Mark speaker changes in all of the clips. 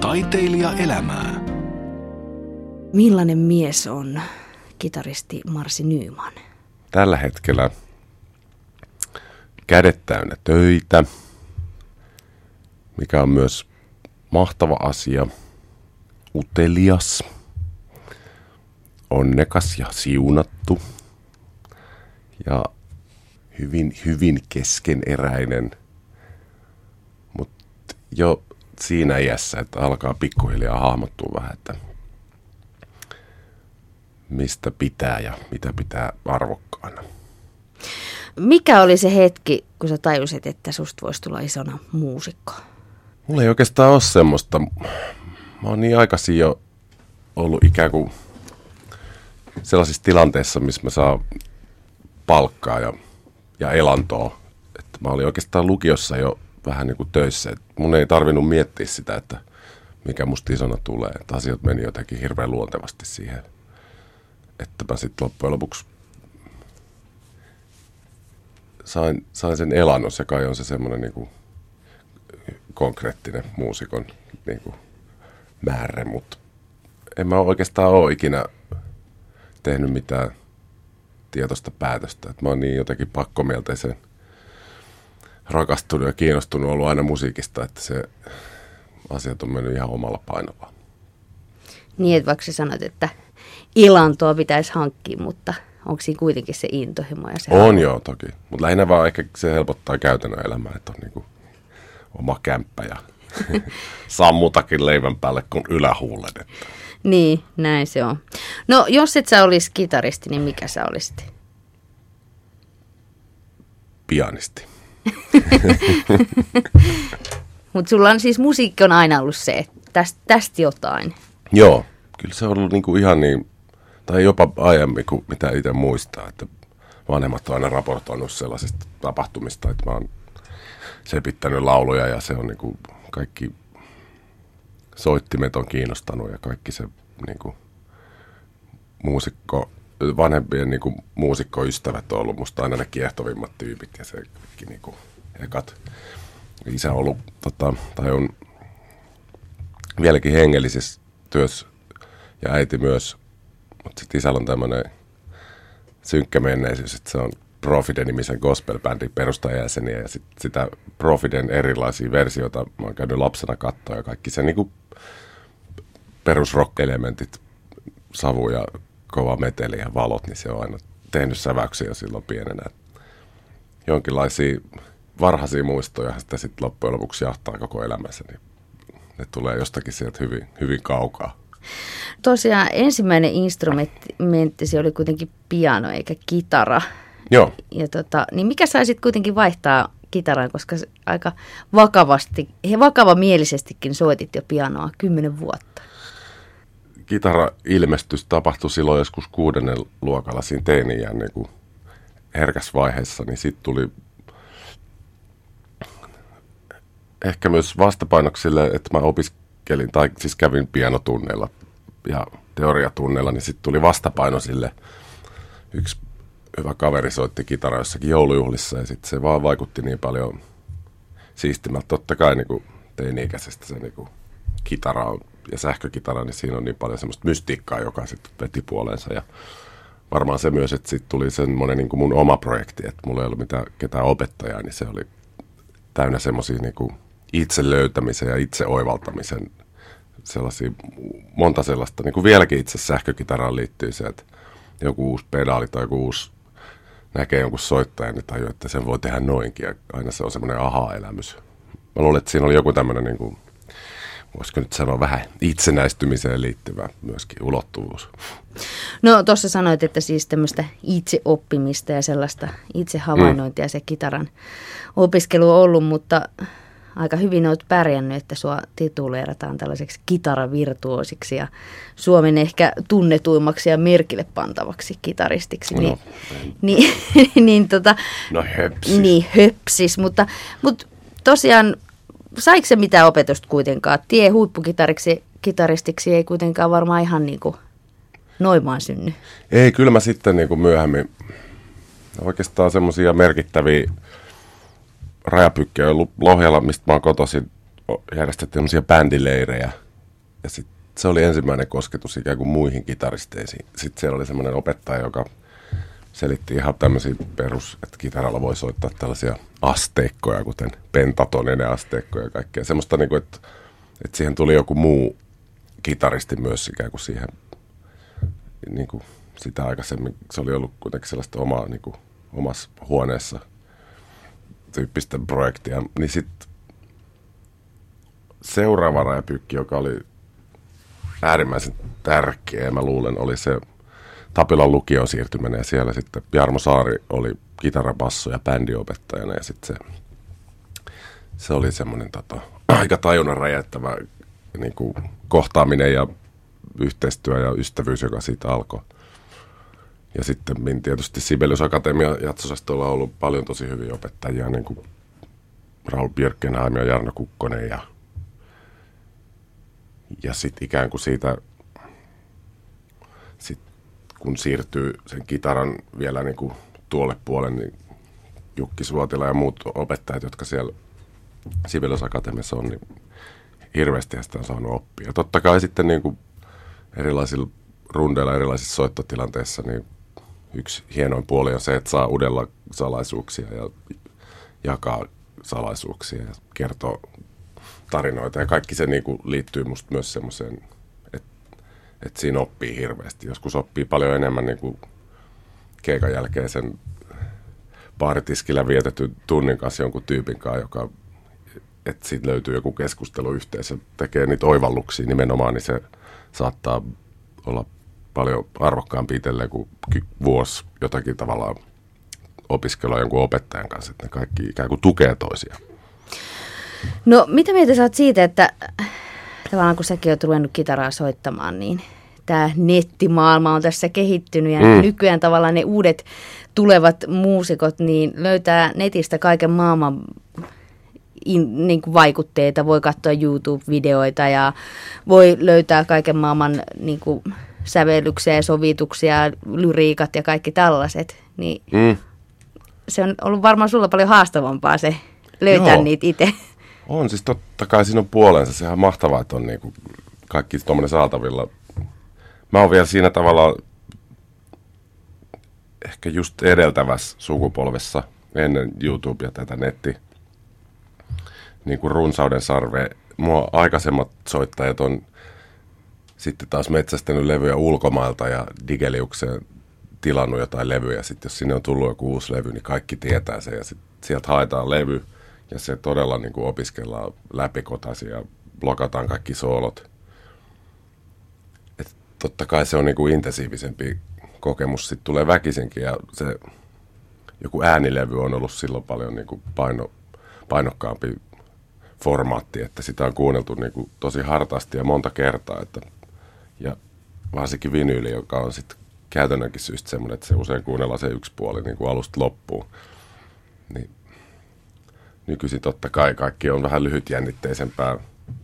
Speaker 1: Taiteilijaelämää.
Speaker 2: Millainen mies on kitaristi Marci Nyman?
Speaker 3: Tällä hetkellä kädet täynnä töitä, mikä on myös mahtava asia. Utelias, onnekas ja siunattu ja hyvin keskeneräinen, mutta jo siinä iässä, että alkaa pikkuhiljaa hahmottua vähän, että mistä pitää ja mitä pitää arvokkaana.
Speaker 2: Mikä oli se hetki, kun sä tajusit, että susta voisi tulla isona muusikko?
Speaker 3: Mulla ei oikeastaan ole semmoista. Mä oon niin aikaisin jo ollut ikään kuin sellaisissa tilanteissa, missä mä saan palkkaa ja elantoa. Että mä olin oikeastaan lukiossa jo vähän niin kuin töissä. Et mun ei tarvinnut miettiä sitä, että mikä musta isona tulee. Että asiat meni jotenkin hirveän luontevasti siihen. Että mä sitten loppujen lopuksi sain sen elannon. Se kai on se semmoinen niin kuin konkreettinen muusikon niin kuin määrä, mutta en mä oikeastaan ole ikinä tehnyt mitään tietoista päätöstä. Et mä oon niin jotenkin pakkomielteisen rakastunut ja kiinnostunut ollut aina musiikista, että se asiat on mennyt ihan omalla painolla.
Speaker 2: Niin, että vaikka sä sanot, että elantoa pitäisi hankkia, mutta onko siinä kuitenkin se intohimo ja se
Speaker 3: on joo, toki. Mutta lähinnä vaan ehkä se helpottaa käytännön elämää, että on niinku oma kämppä ja sammutakin leivän päälle kuin ylähuulet. Että.
Speaker 2: Niin, näin se on. No, jos et sä olisi kitaristi, niin mikä sä olisit?
Speaker 3: Pianisti.
Speaker 2: Mutta sulla on siis musiikki on aina ollut se, että tästä jotain.
Speaker 3: Joo, kyllä se on ollut niinku ihan niin, tai jopa aiemmin kuin mitä itse muistaa, että vanhemmat on aina raportoinut sellaisista tapahtumista, että mä oon sepittänyt lauluja ja se on niinku kaikki soittimet on kiinnostanut ja kaikki se niinku vanhempien niinku muusikkoystävät on ollut musta aina ne kiehtovimmat tyypit ja se kaikki niinku ekat. Isä on ollut, tai on vieläkin hengellisessä työssä ja äiti myös, mutta sitten isällä on tämmöinen synkkä menneisyys, että se on Profide-nimisen gospel-bändin perustajajäseniä ja sitä Profiden erilaisia versioita mä oon käynyt lapsena katsoa ja kaikki se niinku perusrock-elementit, savu ja kova meteli ja valot, niin se on aina tehnyt säväyksiä silloin pienenä. Jonkinlaisia varhaisia muistoja sitten loppujen lopuksi jahtaa koko elämänsä, niin ne tulee jostakin sieltä hyvin, hyvin kaukaa.
Speaker 2: Tosiaan ensimmäinen instrumenttisi oli kuitenkin piano eikä kitara.
Speaker 3: Joo.
Speaker 2: Ja niin mikä sai sitten kuitenkin vaihtaa kitaraan, koska aika vakavamielisestikin soitit jo pianoa 10 vuotta.
Speaker 3: Kitara-ilmestys tapahtui silloin joskus 6. luokalla siinä teini-iän niin herkässä vaiheessa, niin sitten tuli ehkä myös vastapainoksille, että mä opiskelin, tai siis kävin pianotunneilla ja teoriatunneilla, niin sitten tuli vastapaino sille. Yksi hyvä kaveri soitti kitaraa jossakin joulujuhlissa ja sitten se vaan vaikutti niin paljon siistimältä. Totta kai niin teini-ikäisestä se niin kitara on, ja sähkökitara, niin siinä on niin paljon semmoista mystiikkaa, joka sitten veti puoleensa. Ja varmaan se myös, että sitten tuli semmoinen niin mun oma projekti, että mulla ei ollut ketään opettajaa, niin se oli täynnä semmoisia niin itse löytämisen ja itse oivaltamisen sellaisia, monta sellaista, niin kuin vieläkin itse sähkökitaraan liittyy se, että joku uusi pedaali tai joku uusi näkee jonkun soittajan, niin tajuu, että sen voi tehdä noinkin, ja aina se on semmoinen aha-elämys. Mä luulen, että siinä oli joku tämmöinen, niin kuin, voisiko nyt sanoa, vähän itsenäistymiseen liittyvä myöskin ulottuvuus.
Speaker 2: No tuossa sanoit, että siis tämmöistä itseoppimista ja sellaista itsehavainnointia se kitaran opiskelu on ollut, mutta aika hyvin olet pärjännyt, että sua tituleerataan tällaiseksi kitaravirtuosiksi ja Suomen ehkä tunnetuimmaksi ja merkille pantavaksi kitaristiksi.
Speaker 3: No, höpsis.
Speaker 2: Niin, höpsis, mutta tosiaan saiko se mitään opetusta kuitenkaan? Tie huippukitaristiksi ei kuitenkaan varmaan ihan niin kuin noin vaan synny.
Speaker 3: Ei, kyllä mä sitten niin kuin myöhemmin oikeastaan semmoisia merkittäviä rajapykkejä ollut Lohjalla, mistä mä oon kotoisin, järjestettiin semmoisia bändileirejä Ja sitten se oli ensimmäinen kosketus ikään kuin muihin kitaristeisiin. Sitten siellä oli semmoinen opettaja, joka selitti ihan tämmöisiä että kitaralla voi soittaa tällaisia asteikkoja, kuten pentatoninen asteikkoja ja kaikkea. Semmoista, niin kuin, että siihen tuli joku muu kitaristi myös ikään kuin siihen, niin kuin sitä aikaisemmin. Se oli ollut kuitenkin sellaista omaa, niin kuin omassa huoneessa tyyppistä projektia. Niin sitten seuraava rajapyykki, joka oli äärimmäisen tärkeä, ja mä luulen, oli se Tapilan lukion siirtyminen, ja siellä sitten Jarmo Saari oli kitara, basso ja bändiopettajana, ja sitten se oli semmoinen aika tajunnan räjäyttävä niin kuin kohtaaminen ja yhteistyö ja ystävyys, joka siitä alkoi. Ja sitten tietysti Sibelius Akatemia jatsosastolla on ollut paljon tosi hyviä opettajia, niin kuin Raul Björkenheim ja Jarno Kukkonen, ja sitten ikään kuin siitä, kun siirtyy sen kitaran vielä niin kuin tuolle puolelle, niin Jukki Suotila ja muut opettajat, jotka siellä Sibelius Akatemiassa on, niin hirveästi sitä on saanut oppia. Ja totta kai sitten niin kuin erilaisilla rundeilla, erilaisissa soittotilanteissa, niin yksi hienoin puoli on se, että saa udella salaisuuksia ja jakaa salaisuuksia ja kertoo tarinoita. Ja kaikki se niin kuin liittyy musta myös semmoiseen, että siinä oppii hirveästi. Joskus oppii paljon enemmän niin kuin keikan jälkeen sen baaritiskillä vietetyn tunnin kanssa jonkun tyypin kanssa, että siitä löytyy joku keskusteluyhteisö, tekee niitä oivalluksia nimenomaan, niin se saattaa olla paljon arvokkaampi itselleen kuin vuosi jotakin tavallaan opiskella jonkun opettajan kanssa, että ne kaikki ikään kuin tukee toisiaan.
Speaker 2: No mitä mieltä sä oot siitä, että tavallaan kun säkin oot ruvennut kitaraa soittamaan, niin tämä nettimaailma on tässä kehittynyt ja nykyään tavallaan ne uudet tulevat muusikot niin löytää netistä kaiken maailman niin kuin vaikutteita, voi katsoa YouTube-videoita ja voi löytää kaiken maailman niin kuin sävellyksiä ja sovituksia, lyriikat ja kaikki tällaiset. Niin se on ollut varmaan sulla paljon haastavampaa se löytää niitä itse.
Speaker 3: On, siis totta kai siinä on puolensa. Sehän on mahtavaa, että on niin kuin kaikki tuommoinen saatavilla. Mä oon vielä siinä tavalla ehkä just edeltävässä sukupolvessa ennen YouTubea tätä niin kuin runsauden sarve. Mua aikaisemmat soittajat on sitten taas metsästänyt levyjä ulkomailta ja Digeliukseen tilannut jotain levyjä. Sitten jos sinne on tullut joku uusi levy, niin kaikki tietää sen ja sitten sieltä haetaan levy ja se todella niin kuin opiskellaan läpikotaisin ja blokataan kaikki soolot. Et totta kai se on niin kuin intensiivisempi kokemus. Sitten tulee väkisinkin ja se joku äänilevy on ollut silloin paljon niin kuin painokkaampi formaatti, että sitä on kuunneltu niin kuin tosi hartaasti ja monta kertaa. Ja varsinkin vinyyli, joka on sitten käytännönkin syystä semmoinen, että se usein kuunnellaan se yksi puoli niin kuin alusta loppuun. Niin nykyisin totta kai kaikki on vähän lyhytjännitteisempää.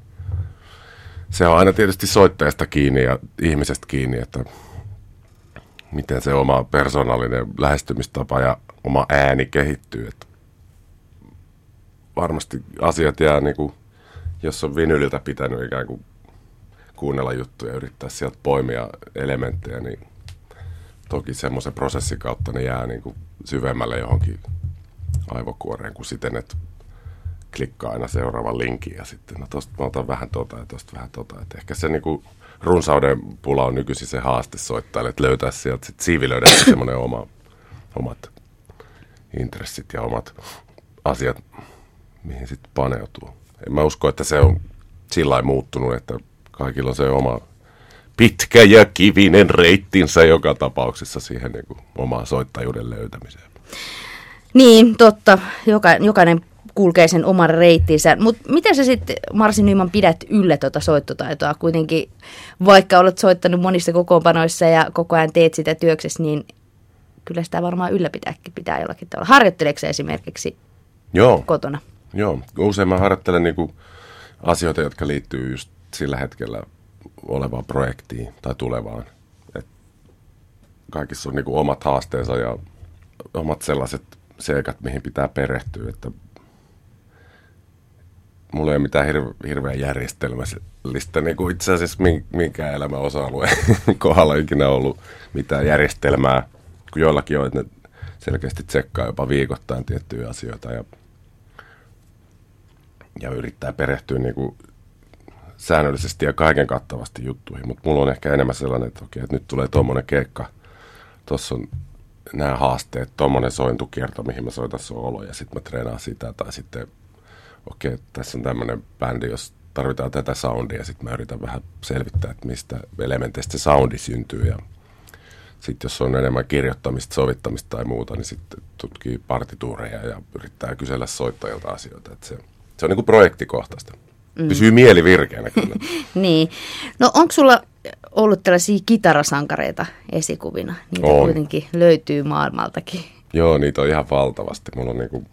Speaker 3: Se on aina tietysti soittajasta kiinni ja ihmisestä kiinni, että miten se oma persoonallinen lähestymistapa ja oma ääni kehittyy. Että varmasti asiat jää, niin kuin, jos on vinyliltä pitänyt ikään kuin kuunnella juttuja ja yrittää sieltä poimia elementtejä, niin toki semmoisen prosessin kautta ne jää niin kuin syvemmälle johonkin aivokuoreen kuin siten, että klikkaa aina seuraavan linkin ja sitten, no tosta mä otan vähän tota ja tosta vähän tota. Et ehkä se niin kuin runsauden pula on nykyisin se haaste soittajille, että löytää sieltä, sit siivilöidä semmoinen omat intressit ja omat asiat, mihin sitten paneutuu. En mä usko, että se on sillä lailla muuttunut, että kaikilla on se oma pitkä ja kivinen reittinsä joka tapauksessa siihen niin kuin omaan soittajuuden löytämiseen.
Speaker 2: Niin, totta. Jokainen kulkee sen oman reittinsä. Mutta miten sä sitten, Marsi Nyman, pidät yllä tuota soittotaitoa? Kuitenkin, vaikka olet soittanut monissa kokoonpanoissa ja koko ajan teet sitä työksessä, niin kyllä sitä varmaan ylläpitääkin pitää jollakin tavalla. Harjoitteleeko sä esimerkiksi kotona?
Speaker 3: Joo, usein mä harjoittelen niinku asioita, jotka liittyy just sillä hetkellä olevaan projektiin tai tulevaan. Et kaikissa on niinku omat haasteensa ja omat sellaiset seikat, mihin pitää perehtyä. Että mulla ei ole mitään hirveän järjestelmällistä, niin kuin itse asiassa minkään elämän osa-alueen kohdalla ikinä ollut mitään järjestelmää, kun joillakin on, että ne selkeästi tsekkaa jopa viikoittain tiettyjä asioita ja yrittää perehtyä niin kuin säännöllisesti ja kaiken kattavasti juttuihin, mutta mulla on ehkä enemmän sellainen, että okei, että nyt tulee tommonen keikka, tuossa on nämä haasteet, tommonen sointukierto, mihin mä soitan soolo ja sitten mä treenaan sitä, tai sitten okei, tässä on tämmöinen bändi, jos tarvitaan tätä soundia, sitten mä yritän vähän selvittää, että mistä elementeistä se soundi syntyy, ja sitten jos on enemmän kirjoittamista, sovittamista tai muuta, niin sitten tutkii partituureja ja yrittää kysellä soittajilta asioita, että se on niin kuin projektikohtaista. Pysyy mieli virkeänä kyllä.
Speaker 2: Niin. No onko sulla ollut tällaisia kitarasankareita esikuvina? Niitä kuitenkin löytyy maailmaltakin.
Speaker 3: Joo, niitä on ihan valtavasti. Mulla on niinku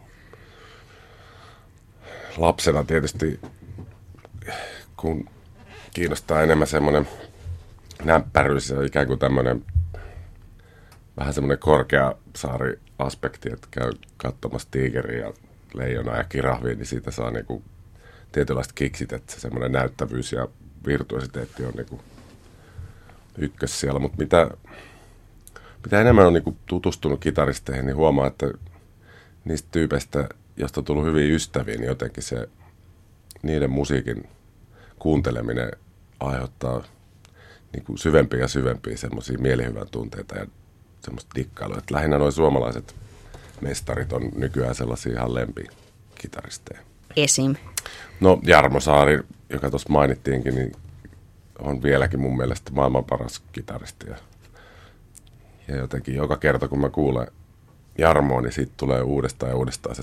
Speaker 3: lapsena tietysti, kun kiinnostaa enemmän semmoinen näppäryys ja ikään kuin tämmöinen vähän semmoinen Korkeasaari-aspekti, että käy katsomassa tiikeriä ja leijonaa ja kirahvia, niin siitä saa niinku tietynlaiset kiksit, että se semmoinen näyttävyys ja virtuositeetti on niinku ykkös siellä, mutta mitä enemmän on niinku tutustunut kitaristeihin, niin huomaa, että niistä tyypeistä, josta on tullut hyviä ystäviä, niin jotenkin se niiden musiikin kuunteleminen aiheuttaa niinku syvempiä ja syvempiä semmoisia mielihyvän tunteita ja semmoista dikkailua. Että lähinnä nuo suomalaiset mestarit on nykyään sellaisia ihan lempikitaristeja.
Speaker 2: Esim.
Speaker 3: No Jarmo Saari, joka tuossa mainittiinkin, niin on vieläkin mun mielestä maailman paras kitaristi. Ja jotenkin joka kerta, kun mä kuulen Jarmoa, niin siitä tulee uudestaan ja uudestaan se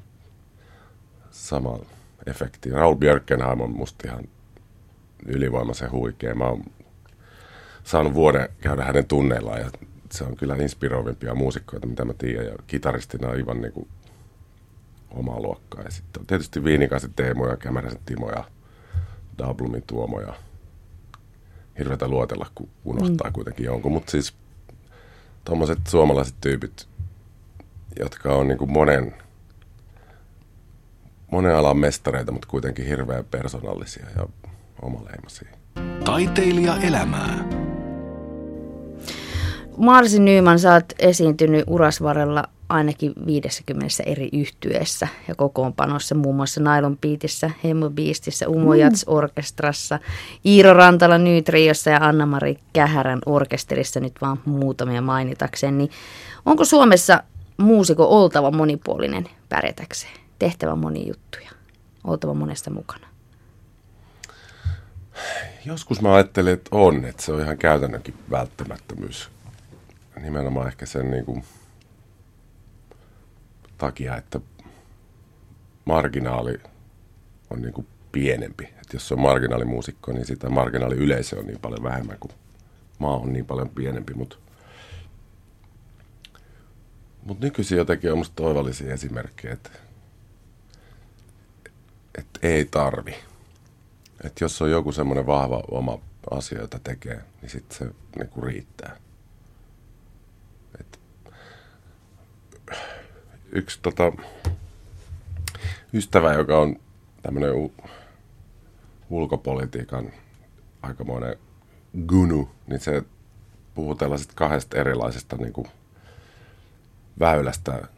Speaker 3: sama efekti. Raul Björkenheim on musta ihan ylivoimaisen huikea. Mä oon saanut vuoden käydä hänen tunneillaan ja se on kyllä inspiroivimpia muusikkoita, mitä mä tiedän. Ja kitaristina aivan niin kuin omaa luokkaa. Ja sitten on tietysti Viinikaisen Teemo ja Kämäräsen Timo ja Dablumin Tuomo ja hirveätä luotella, kun unohtaa kuitenkin jonkun. Mutta siis tommoset suomalaiset tyypit, jotka on niinku monen alan mestareita, mutta kuitenkin hirveän persoonallisia ja omaleimaisia.
Speaker 1: Taiteilija elämää.
Speaker 2: Marsi Nyman, sä oot esiintynyt urasvarrella ainakin 50 eri yhtyeessä ja kokoonpanossa, muun muassa Nylon Beatissä, Hemmo Beastissä, Umo Jats Orkestrassa, Iiro Rantala Nytriossa ja Anna-Mari Kähärän orkesterissa, nyt vaan muutamia mainitakseen. Niin onko Suomessa muusikko oltava monipuolinen pärjätäkseen, tehtävä monia juttuja, oltava monesta mukana?
Speaker 3: Joskus mä ajattelin, että on, että se on ihan käytännönkin välttämättömyys. Nimenomaan ehkä sen niin kuin takia, että marginaali on niin kuin pienempi. Että jos se on marginaalimuusikko, niin sitä marginaaliyleisö on niin paljon vähemmän, kuin maa on niin paljon pienempi. Mutta nykyisin jotenkin on musta toivallisia esimerkkejä, että ei tarvi. Että jos on joku semmoinen vahva oma asia, jota tekee, niin sitten se niin kuin riittää. Yksi ystävä, joka on tämmöinen ulkopolitiikan aikamoinen gunu, niin se puhuu tällaisesta kahdesta erilaisesta niin kuin väylästä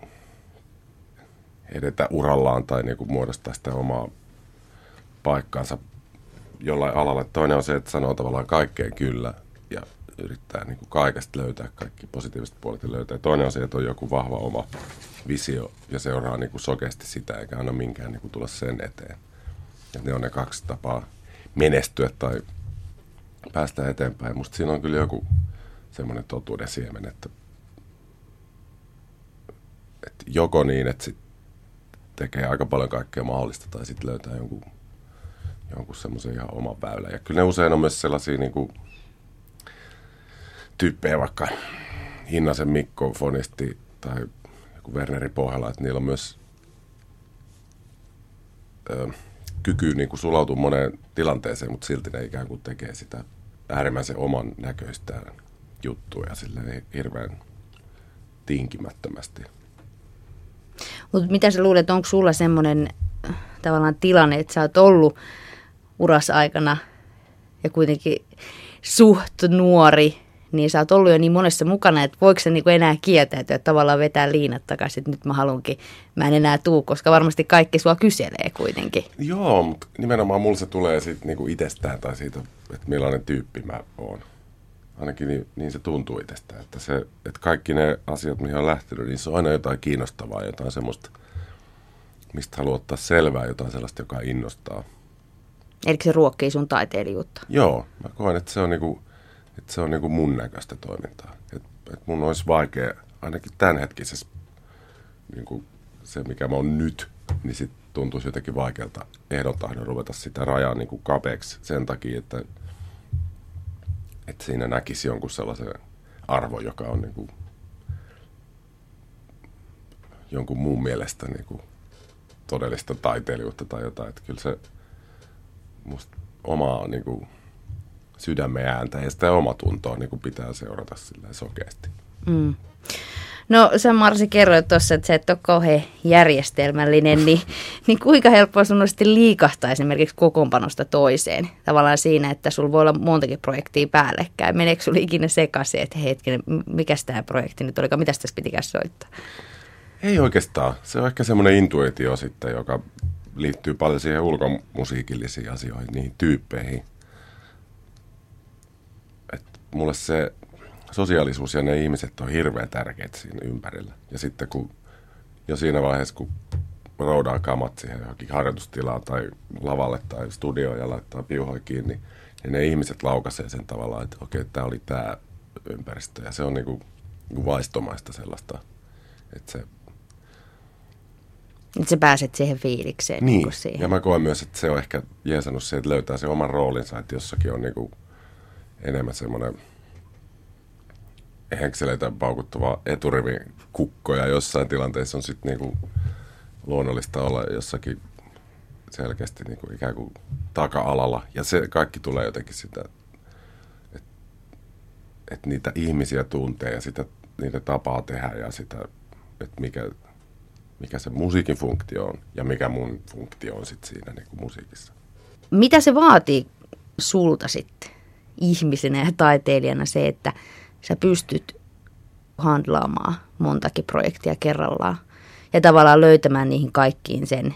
Speaker 3: edetä urallaan tai niin kuin muodostaa sitä omaa paikkaansa jollain alalla. Toinen on se, että sanoo tavallaan kaikkeen kyllä ja yrittää niin kuin kaikesta löytää kaikki positiiviset puolet ja löytää. Toinen on se, että on joku vahva oma visio ja seuraa niin kuin sokeasti sitä eikä anna minkään niin kuin tulla sen eteen. Ja ne on ne kaksi tapaa menestyä tai päästä eteenpäin. Musta siinä on kyllä joku semmoinen totuuden siemen, että joko niin, että sit tekee aika paljon kaikkea mahdollista tai sitten löytää jonkun semmoisen ihan oman väylän. Ja kyllä ne usein on myös sellaisia niin kuin tyyppejä, vaikka Hinnasen Mikko, fonisti tai joku Werneri Pohjala, että niillä on myös kyky niin kuin sulautua moneen tilanteeseen, mutta silti ne ikään kuin tekee sitä äärimmäisen oman näköistä juttua ja silleen hirveän tinkimättömästi.
Speaker 2: Mutta mitä sä luulet, onko sulla semmoinen tavallaan tilanne, että sä oot ollut urasaikana ja kuitenkin suht nuori, niin sä oot ollut jo niin monessa mukana, että voiko sä niinku enää kieltäytyä, että tavallaan vetää liinat takaisin, että nyt mä en enää tuu, koska varmasti kaikki sua kyselee kuitenkin.
Speaker 3: Joo, mutta nimenomaan mulla se tulee siitä niinku itsestään tai siitä, että millainen tyyppi mä oon. Ainakin niin se tuntuu itsestään, että kaikki ne asiat, mihin on lähtenyt, niin se on aina jotain kiinnostavaa, jotain semmoista, mistä haluaa ottaa selvää, jotain sellaista, joka innostaa.
Speaker 2: Eli se ruokkii sun taiteilijuutta?
Speaker 3: Joo, mä koen, että se on niinku mun näköistä toimintaa. Että mun olisi vaikea, ainakin tämänhetkisessä, niinku se mikä mä oon nyt, niin sit tuntuisi jotenkin vaikealta ehdontahdon ruveta sitä rajaa niinku kapeaksi sen takia, että siinä näkisi jonkun sellaisen arvon, joka on niinku jonkun muun mielestä niinku todellista taiteilijuutta tai jotain. Että kyllä se musta omaa niinku sydämen ääntä ja sitä omatuntoa niinku pitää seurata silleen sokeasti.
Speaker 2: Mm. No sä Marsi kerroit tuossa, että sä et ole kauhean järjestelmällinen, niin kuinka helppoa sun on sitten liikahtaa esimerkiksi kokoonpanosta toiseen? Tavallaan siinä, että sulla voi olla montakin projektia päällekkäin. Meneekö sulla ikinä sekaisin, että hetkinen, mikäs tämä projekti nyt oli, mitäs tässä pitikään soittaa?
Speaker 3: Ei oikeastaan. Se on ehkä semmoinen intuitio sitten, joka liittyy paljon siihen ulkomusiikillisiin asioihin, niihin tyyppeihin. Et mulle se sosiaalisuus ja ne ihmiset on hirveän tärkeitä siinä ympärillä. Ja sitten jo siinä vaiheessa, kun roudaa kamat siihen johonkin harjoitustilaan tai lavalle tai studioon ja laittaa piuhoja kiinni, niin ne ihmiset laukaisee sen tavallaan, että okei, tämä oli tämä ympäristö. Ja se on niinku vaistomaista sellaista, että se...
Speaker 2: Nyt sä pääset siihen fiilikseen.
Speaker 3: Niin,
Speaker 2: siihen.
Speaker 3: Ja mä koen myös, että se on ehkä jeesannut se, että löytää se oman roolinsa, että jossakin on niinku enemmän semmoinen henkseleitä paukuttava eturivin kukko ja jossain tilanteessa on sitten niinku luonnollista olla jossakin selkeästi niinku ikään kuin taka-alalla. Ja se kaikki tulee jotenkin sitä, että niitä ihmisiä tuntee ja niitä tapaa tehdä ja sitä, että mikä se musiikin funktio on ja mikä mun funktio on sitten siinä niinku musiikissa.
Speaker 2: Mitä se vaatii sulta sitten ihmisenä ja taiteilijana se, että sä pystyt handlaamaan montakin projektia kerrallaan ja tavallaan löytämään niihin kaikkiin sen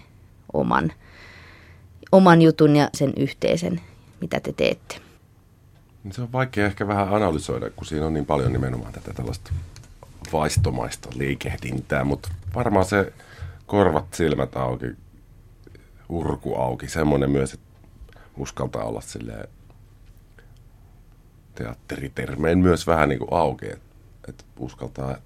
Speaker 2: oman jutun ja sen yhteisen, mitä te teette?
Speaker 3: Se on vaikea ehkä vähän analysoida, kun siinä on niin paljon nimenomaan tätä tällaista vaistomaista liikehdintää, mutta varmaan se korvat, silmät auki, urku auki, semmoinen myös, että uskaltaa olla silleen teatteritermeen myös vähän niin kuin auki, että uskaltaa.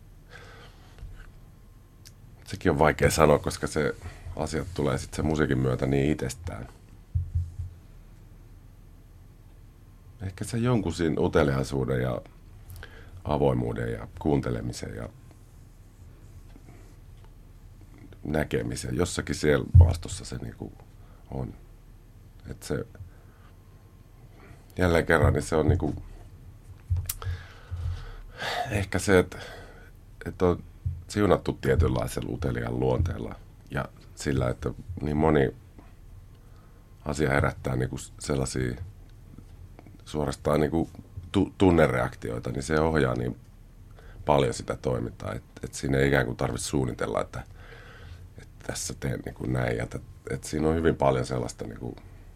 Speaker 3: Sekin on vaikea sanoa, koska se asiat tulee sitten sen musiikin myötä niin itsestään. Ehkä se jonkun siinä uteliaisuuden ja avoimuuden ja kuuntelemisen ja näkemisen. Jossakin siellä maastossa se niinku on. Että se jälleen kerran, niin se on niinku ehkä se, että on siunattu tietynlaisella uteliaan luonteella ja sillä, että niin moni asia herättää niinku sellaisia suorastaan niinku tunnereaktioita, niin se ohjaa niin paljon sitä toimintaa, että siinä ei ikään kuin tarvitse suunnitella, että tässä teen niinku näin. Ja että siinä on hyvin paljon sellaista, niinku,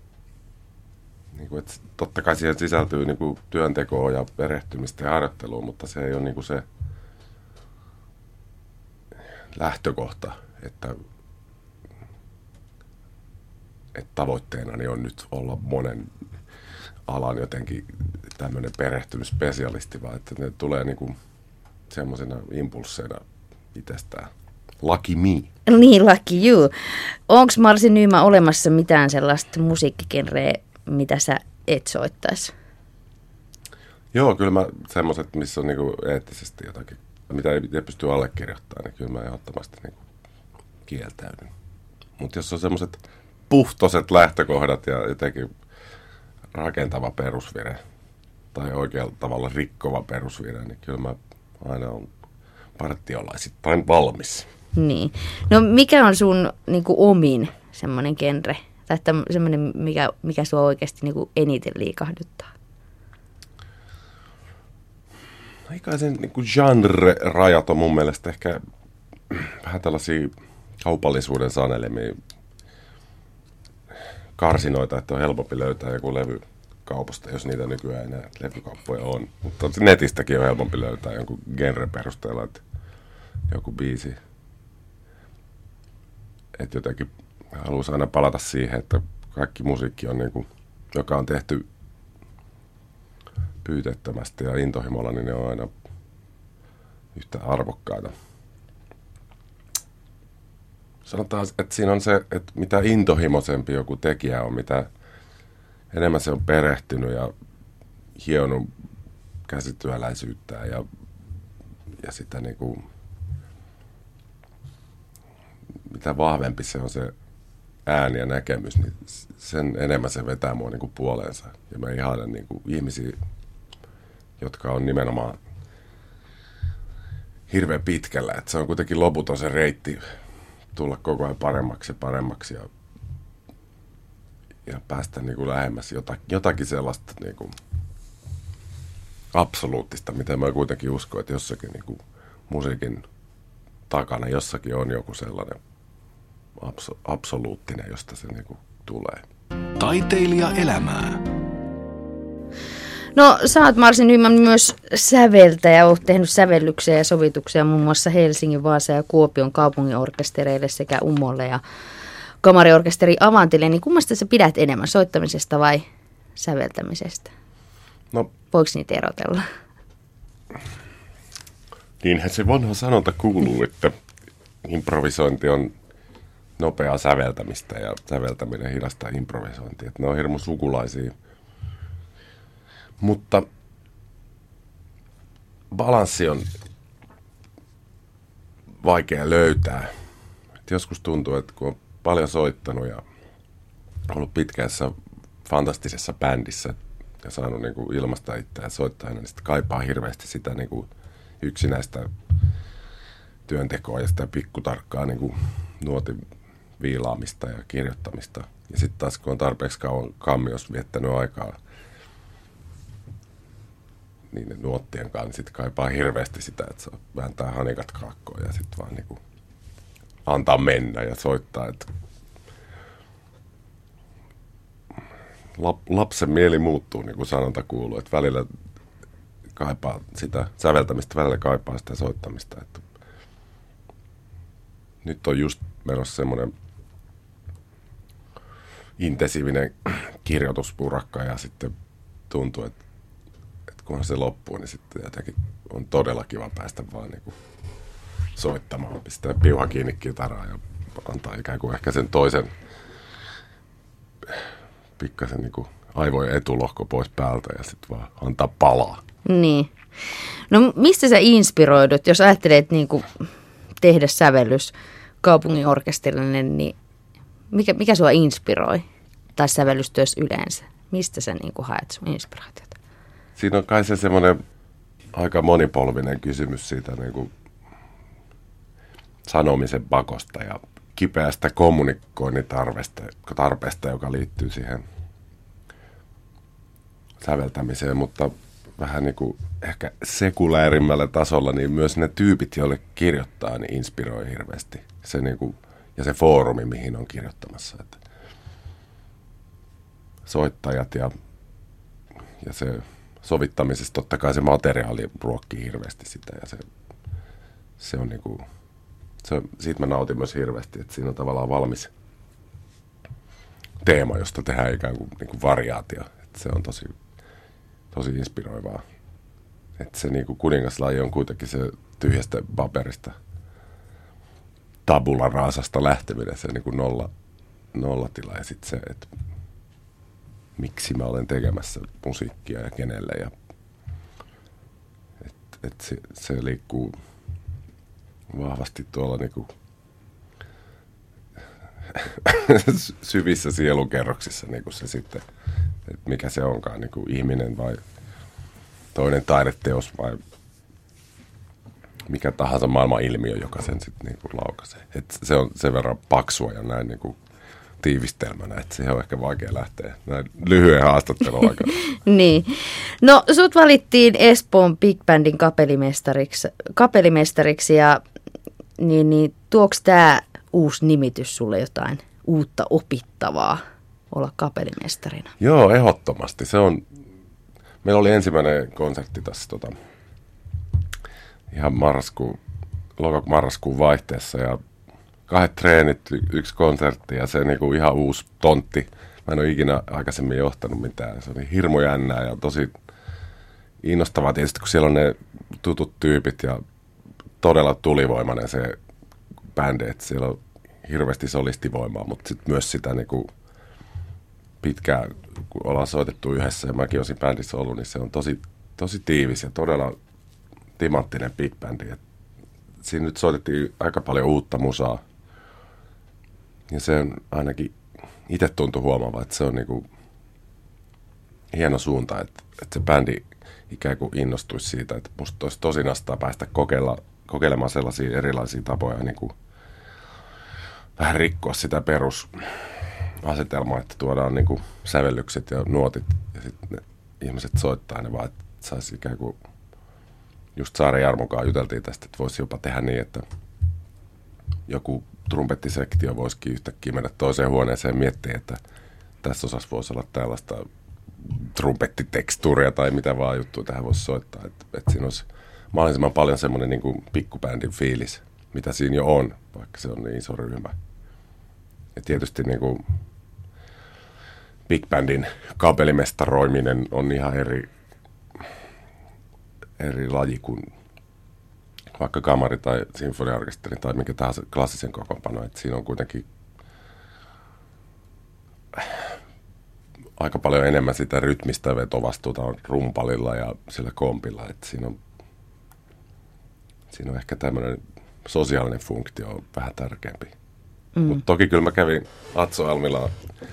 Speaker 3: että totta kai siihen sisältyy niinku työntekoa ja perehtymistä ja harjoittelua, mutta se ei ole niinku se lähtökohta, että tavoitteenani on nyt olla monen alan jotenkin tämmöinen perehtynyt spesialisti, vaan että ne tulee niinku semmoisena impulsseina itsestään. Lucky me.
Speaker 2: Niin, lucky you. Onko Marsi Nyman olemassa mitään sellaista musiikkigenreä, mitä sä et soittaisi?
Speaker 3: Joo, kyllä mä semmoiset, missä on niinku eettisesti jotakin, mitä ei pysty allekirjoittamaan, niin kyllä mä ehdottomasti niinku kieltäydyn. Mutta jos on semmoiset puhtoiset lähtökohdat ja jotenkin rakentava perusvire tai oikealla tavalla rikkova perusvire, niin kyllä mä aina on partiolaisittain valmis.
Speaker 2: Niin. No mikä on sun niinku omin semmoinen genre? Tai semmoinen, mikä sua oikeasti niin kuin eniten liikahduttaa?
Speaker 3: Aikaisen niin genre-rajat on mun mielestä ehkä vähän tällaisia kaupallisuuden sanelemia karsinoita, että on helpompi löytää joku levy kaupasta, jos niitä nykyään enää levykauppoja on. Mutta netistäkin on helpompi löytää jonkun genren perusteella, että joku biisi. Että jotenkin haluaisin aina palata siihen, että kaikki musiikki on niinku, joka on tehty pyytettömästi ja intohimolla, niin ne on aina yhtä arvokkaita. Sanotaan, että siinä on se, että mitä intohimoisempi joku tekijä on, mitä enemmän se on perehtynyt ja hionut käsityöläisyyttään ja sitä niinku, mitä vahvempi se on se ääni ja näkemys, niin sen enemmän se vetää mua niinku puoleensa. Ja mä ihailen niinku ihmisiä, jotka on nimenomaan hirveän pitkällä. Että se on kuitenkin loputon se reitti tulla koko ajan paremmaksi ja päästä niinku lähemmäs jotakin sellaista niinku absoluuttista, mitä mä kuitenkin uskon, että jossakin niinku musiikin takana jossakin on joku sellainen absoluuttinen, josta se niinku tulee.
Speaker 1: Taiteilija elämää.
Speaker 2: No sä oot Marsi Nyman myös säveltäjä, oot tehnyt sävellyksiä ja sovituksia muun muassa Helsingin, Vaasa ja Kuopion kaupunginorkestereille sekä Umolle ja kamariorkesteri Avantille. Niin kummasta sä pidät enemmän, soittamisesta vai säveltämisestä?
Speaker 3: No,
Speaker 2: voiko niitä erotella?
Speaker 3: Niinhän se vanha sanonta kuuluu, että improvisointi on nopeaa säveltämistä ja säveltäminen hidastaa improvisointia. Että ne on hirmu sukulaisia. Mutta balanssi on vaikea löytää. Et joskus tuntuu, että kun on paljon soittanut ja ollut pitkässä fantastisessa bändissä ja saanut niin kuin ilmaista itseään soittajana, niin sitten kaipaa hirveästi sitä niin kuin yksinäistä työntekoa ja sitä pikkutarkkaa niin kuin nuotin viilaamista ja kirjoittamista. Ja sitten taas kun on tarpeeksi kauan kammiossa viettänyt aikaa niin nuottien kanssa, niin sitten kaipaa hirveästi sitä, että saa vääntää hanikat kaakkoon ja sitten vaan niin kuin antaa mennä ja soittaa. Että lapsen mieli muuttuu, niin kuin sanonta kuuluu, että välillä kaipaa sitä säveltämistä, välillä kaipaa sitä soittamista. Että nyt on just menossa semmoinen intensiivinen kirjoitusurakka ja sitten tuntuu, että kunhan se loppuu, niin sitten jotenkin on todella kiva päästä vaan niin kuin soittamaan, pistää piuha kiinni kitaraa ja antaa ikään kuin ehkä sen toisen pikkasen niin kuin aivojen etulohko pois päältä ja sitten vaan antaa palaa.
Speaker 2: Niin. No mistä sä inspiroidut, jos ajattelet niin kuin tehdä sävellys kaupunginorkesterille, niin mikä sua inspiroi? Tai sävellystyössä yleensä? Mistä sä niin kuin haet sun inspiraatiota?
Speaker 3: Siinä on kai se semmoinen aika monipolvinen kysymys siitä niin kuin sanomisen pakosta ja kipeästä kommunikoinnin tarpeesta, joka liittyy siihen säveltämiseen, mutta vähän niin kuin ehkä sekuläärimmällä tasolla, niin myös ne tyypit, joille kirjoittaa, niin inspiroi hirveästi. Se niin kuin, ja se foorumi, mihin on kirjoittamassa. Että soittajat ja se sovittamisessa totta kai se materiaali ruokkii hirveästi sitä ja se on niin kuin, siitä mä nautin myös hirveästi, että siinä on tavallaan valmis teema, josta tehdään ikään kuin variaatio. Että se on tosi inspiroivaa. Että se niin kuin kuningaslaji on kuitenkin se tyhjästä paperista tabula rasasta lähteminen, se niin kuin nollatila ja sitten se, että miksi mä olen tekemässä musiikkia ja kenelle. Ja, se liikkuu vahvasti tuolla niinku syvissä sielukerroksissa niinku se sitten, että mikä se onkaan, niinku ihminen vai toinen taideteos vai mikä tahansa maailman ilmiö, joka sen sitten niinku laukaisee. Et se on sen verran paksua ja näin niinku tiivistelmänä, että siihen on ehkä vaikea lähteä näin lyhyen haastattelun aikana.
Speaker 2: Niin. No, sut valittiin Espoon Big Bandin kapellimestariksi ja niin tuoks tää uusi nimitys sulle jotain uutta opittavaa olla kapellimestarina?
Speaker 3: Joo, ehdottomasti. Meillä oli ensimmäinen konsertti tässä ihan lokakuun-marraskuun vaihteessa ja 2 treenit, 1 konsertti ja se niinku ihan uusi tontti. Mä en ole ikinä aikaisemmin johtanut mitään. Se oli hirmu jännää ja tosi innostavaa tietysti, kun siellä on ne tutut tyypit ja todella tulivoimainen se bändi, että siellä on hirveästi solistivoimaa, mutta sitten myös sitä niinku pitkään, kun ollaan soitettu yhdessä ja mäkin olisin bändissä ollut, niin se on tosi tiivis ja todella timanttinen big bändi. Siinä nyt soitettiin aika paljon uutta musaa. Ja se on ainakin itse tuntui huomaava, että se on niinku hieno suunta, että se bändi ikään kuin innostuisi siitä, että musta olisi tosi nastaa päästä kokeilemaan sellaisia erilaisia tapoja, niinku vähän rikkoa sitä perusasetelmaa, että tuodaan niinku sävellykset ja nuotit ja sitten ne ihmiset soittaa ne vaan, että saisi ikään kuin just Saaren Jarmokaan juteltiin tästä, että voisi jopa tehdä niin, että joku trumpettisektio voisikin yhtäkkiä mennä toiseen huoneeseen ja miettiä, että tässä osassa voisi olla tällaista trumpettitekstuuria tai mitä vaan juttua tähän voisi soittaa. Että siinä olisi mahdollisimman paljon semmoinen niin kuin pikkubändin fiilis, mitä siinä jo on, vaikka se on niin iso ryhmä. Ja tietysti niin kuin big bandin kapellimestaroiminen on ihan eri laji kuin vaikka kamari tai sinfoniaorkesteri tai mikä tahansa klassisen kokoonpano. Että siinä on kuitenkin aika paljon enemmän sitä rytmistä vetovastuuta on rumpalilla ja sillä kompilla. Että siinä on ehkä tämmöinen sosiaalinen funktio vähän tärkeämpi. Mutta toki kyllä mä kävin Atso Almila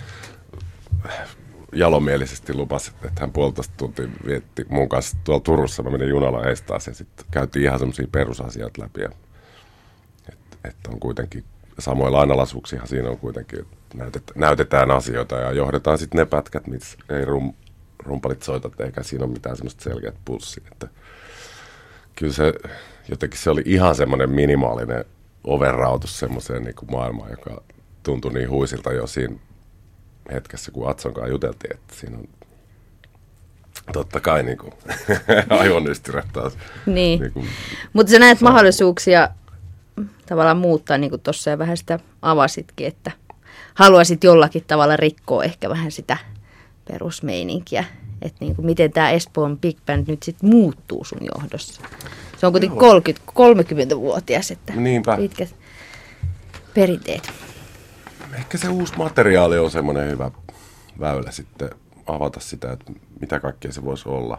Speaker 3: jalomielisesti lupasi, että hän 1,5 tuntia vietti mun kanssa tuolla Turussa. Mä menin junalla ees taas ja sitten käytiin ihan semmosia perusasiat läpi. Että on kuitenkin samoilla lainalaisuuksiahan siinä on kuitenkin, että näytetään asioita ja johdetaan sitten ne pätkät, missä ei rumpalit soitat, eikä siinä ole mitään semmoista selkeät pulssia. Että kyllä se oli ihan semmoinen minimaalinen overrautus semmoiseen niin kuin maailmaan, joka tuntui niin huisilta jo siinä hetkessä, kun Atsonkaan juteltiin, että siinä on totta kai niin kuin aivonystyrät taas.
Speaker 2: Niin,
Speaker 3: niin
Speaker 2: mutta sä näet mahdollisuuksia tavallaan muuttaa, niin kuin tuossa ja vähän sitä avasitkin, että haluaisit jollakin tavalla rikkoa ehkä vähän sitä perusmeininkiä, että niin kuin miten tämä Espoon Big Band nyt sitten muuttuu sun johdossa. Se on kuitenkin 30-vuotias, että
Speaker 3: niinpä.
Speaker 2: Pitkät perinteet.
Speaker 3: Ehkä se uusi materiaali on semmoinen hyvä väylä sitten avata sitä, että mitä kaikkea se voisi olla.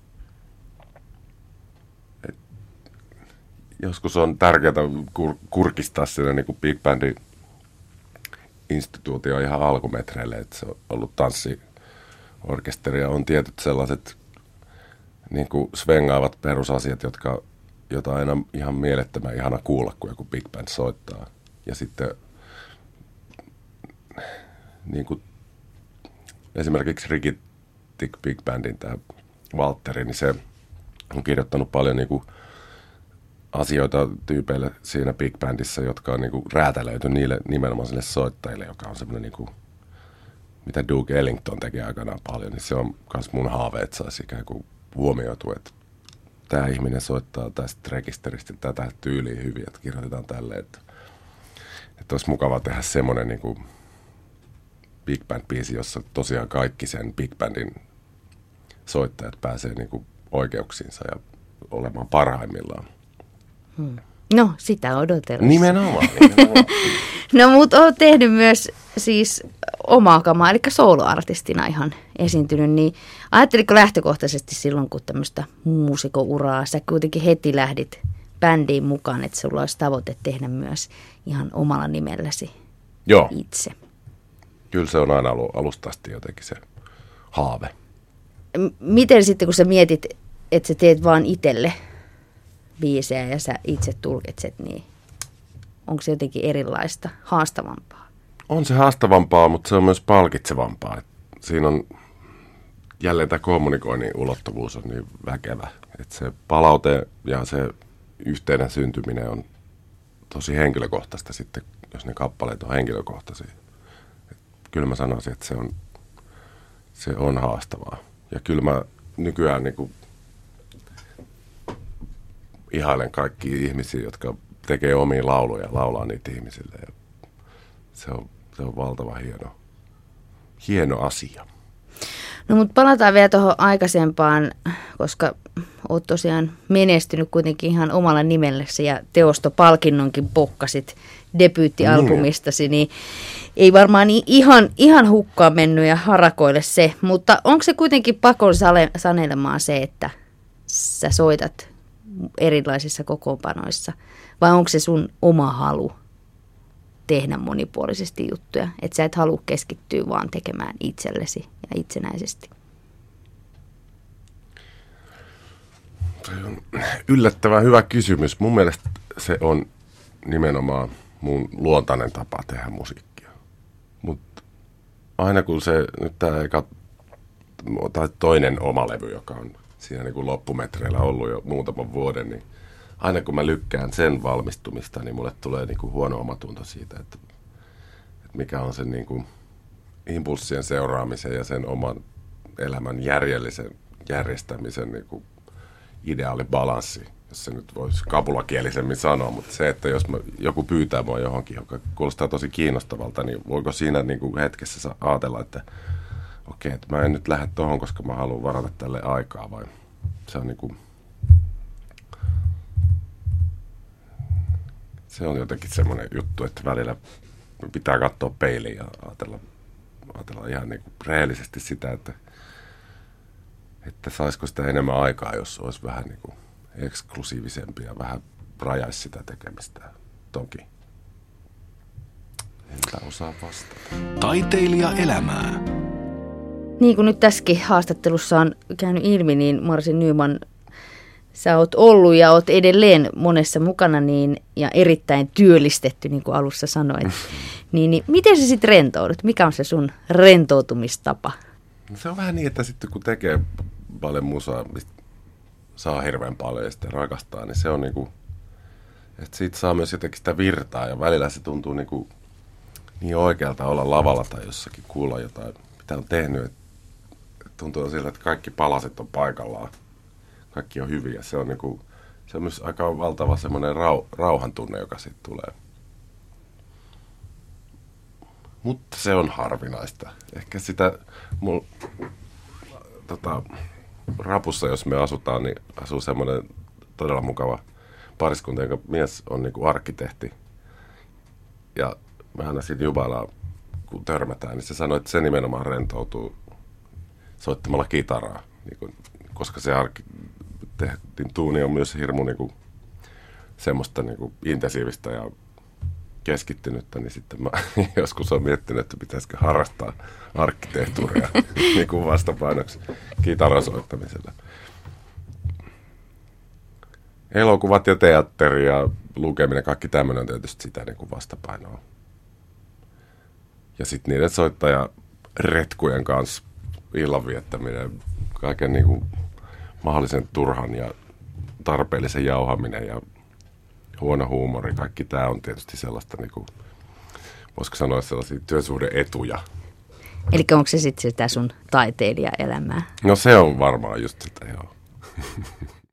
Speaker 3: Joskus on tärkeää kurkistaa sitä niin kuin Big Bandin instituutio ihan alkumetreille, että se on ollut tanssiorkesteri ja on tietyt sellaiset niin kuin svengaavat perusasiat, jota aina ihan mielettömän ihana kuulla, kun joku Big Band soittaa. Ja sitten niin kuin esimerkiksi Ricky Tick Big Bandin tämä Valtteri, niin se on kirjoittanut paljon niin kuin asioita tyypeille siinä Big Bandissa, jotka on niin kuin räätälöity niille nimenomaan sille soittajille, joka on semmoinen, niin kuin, mitä Duke Ellington teki aikanaan paljon, niin se on myös mun haave, että saisi ikään kuin huomioitu, että tämä ihminen soittaa tästä rekisteristä tätä tyyliä hyvin, että kirjoitetaan tälleen, että olisi mukava tehdä semmoinen niin kuin Big Band-biisi, jossa tosiaan kaikki sen Big Bandin soittajat pääsee niin kuin oikeuksiinsa ja olemaan parhaimmillaan.
Speaker 2: No, sitä odotellessa.
Speaker 3: Nimenomaan.
Speaker 2: No, mutta olet tehnyt myös siis omaa kamaa, eli soloartistina ihan esiintynyt, niin ajatteliko lähtökohtaisesti silloin, kun tämmöistä muusikouraa, sä kuitenkin heti lähdit bändiin mukaan, että sulla olisi tavoite tehdä myös ihan omalla nimelläsi itse?
Speaker 3: Kyllä se on aina ollut alusta asti jotenkin se haave.
Speaker 2: Miten sitten, kun sä mietit, että sä teet vaan itselle biisejä ja sä itse tulkitset, niin onko se jotenkin erilaista, haastavampaa?
Speaker 3: On se haastavampaa, mutta se on myös palkitsevampaa. Siinä on jälleen tämä kommunikoinnin ulottuvuus on niin väkevä. Että se palaute ja se yhteinen syntyminen on tosi henkilökohtaista sitten, jos ne kappaleet on henkilökohtaisia. Et kyllä mä sanoisin, että se on haastavaa. Ja kyllä mä nykyään niin kuin ihailen kaikkia ihmisiä, jotka tekee omia lauluja, laulaa niitä ihmisille. Ja se on valtava hieno asia.
Speaker 2: No mutta palataan vielä tuohon aikaisempaan, koska olet tosiaan menestynyt kuitenkin ihan omalla nimellesi ja teostopalkinnonkin pokkasit debyyttialbumistasi, niin ei varmaan ihan hukkaan mennyt ja harakoille se, mutta onko se kuitenkin pakon sanelemaan se, että sä soitat erilaisissa kokoonpanoissa, vai onko se sun oma halu tehdä monipuolisesti juttuja, että sä et halua keskittyä vaan tekemään itsellesi ja itsenäisesti?
Speaker 3: Se on yllättävän hyvä kysymys. Mun mielestä se on nimenomaan mun luontainen tapa tehdä musiikkia. Mutta aina kun se, nyt tämä tai toinen oma levy, joka on siinä niin kuin loppumetreillä ollut jo muutaman vuoden, niin aina kun mä lykkään sen valmistumista, niin mulle tulee niin kuin huono omatunto siitä, että mikä on sen niin kuin impulssien seuraamisen ja sen oman elämän järjellisen järjestämisen niin kuin ideaali balanssi, jos se nyt voisi kapulakielisemmin sanoa, mutta se, että jos joku pyytää mua johonkin, joka kuulostaa tosi kiinnostavalta, niin voiko siinä niin kuin hetkessä ajatella, että okei, että mä en nyt lähde tohon, koska mä haluan varata tälle aikaa, vai se on niin kuin, se on jotenkin semmoinen juttu, että välillä pitää katsoa peiliin ja ajatella ihan niin kuin rehellisesti sitä, että saisiko sitä enemmän aikaa, jos olisi vähän niin kuin eksklusiivisempi ja vähän rajaisi sitä tekemistä. Toki. Enpä osaa vastata.
Speaker 1: Taiteilija elämää.
Speaker 2: Niin kuin nyt tässäkin haastattelussa on käynyt ilmi, niin Marsin Nyman, sä oot ollut ja oot edelleen monessa mukana ja erittäin työllistetty, niin kuin alussa sanoit. niin miten sä sitten rentoudut? Mikä on se sun rentoutumistapa?
Speaker 3: No se on vähän niin, että sitten kun tekee paljon musaa, mistä saa hirveän paljon ja sitten rakastaa, niin se on niin kuin, että siitä saa myös jotenkin sitä virtaa ja välillä se tuntuu niin oikealta olla lavalla tai jossakin kuulla jotain, mitä on tehnyt. Että tuntuu siltä, että kaikki palaset on paikallaan, kaikki on hyviä. Se on, se on myös aika valtava semmoinen rauhan tunne, joka siitä tulee. Mutta se on harvinaista. Ehkä sitä Rapussa, jos me asutaan, niin asuu semmoinen todella mukava pariskunta, jonka mies on niin kuin arkkitehti. Ja me aina siinä jubaillaan, kun törmätään, niin se sanoi, että se nimenomaan rentoutuu soittamalla kitaraa. Niin kuin, koska se arkkitehtin tuuni on myös hirmu niin kuin, semmoista niin kuin intensiivistä ja keskittynyttä, niin sitten mä joskus olen miettinyt, että pitäisikö harrastaa arkkitehtuuria niin kuin vastapainoksi kitaran soittamisella. Elokuvat ja teatteri ja lukeminen, kaikki tämmöinen on tietysti sitä niin kuin vastapainoa. Ja sitten niiden soittajaretkujen kanssa illan viettäminen, kaiken niin kuin mahdollisen turhan ja tarpeellisen jauhaminen ja huono huumori, kaikki tämä on tietysti sellaista, niin kuin, voisiko sanoa sellaisia työsuhde-etuja.
Speaker 2: Eli onko se sitten sitä sun taiteilijaelämää?
Speaker 3: No se on varmaan just sitä, joo.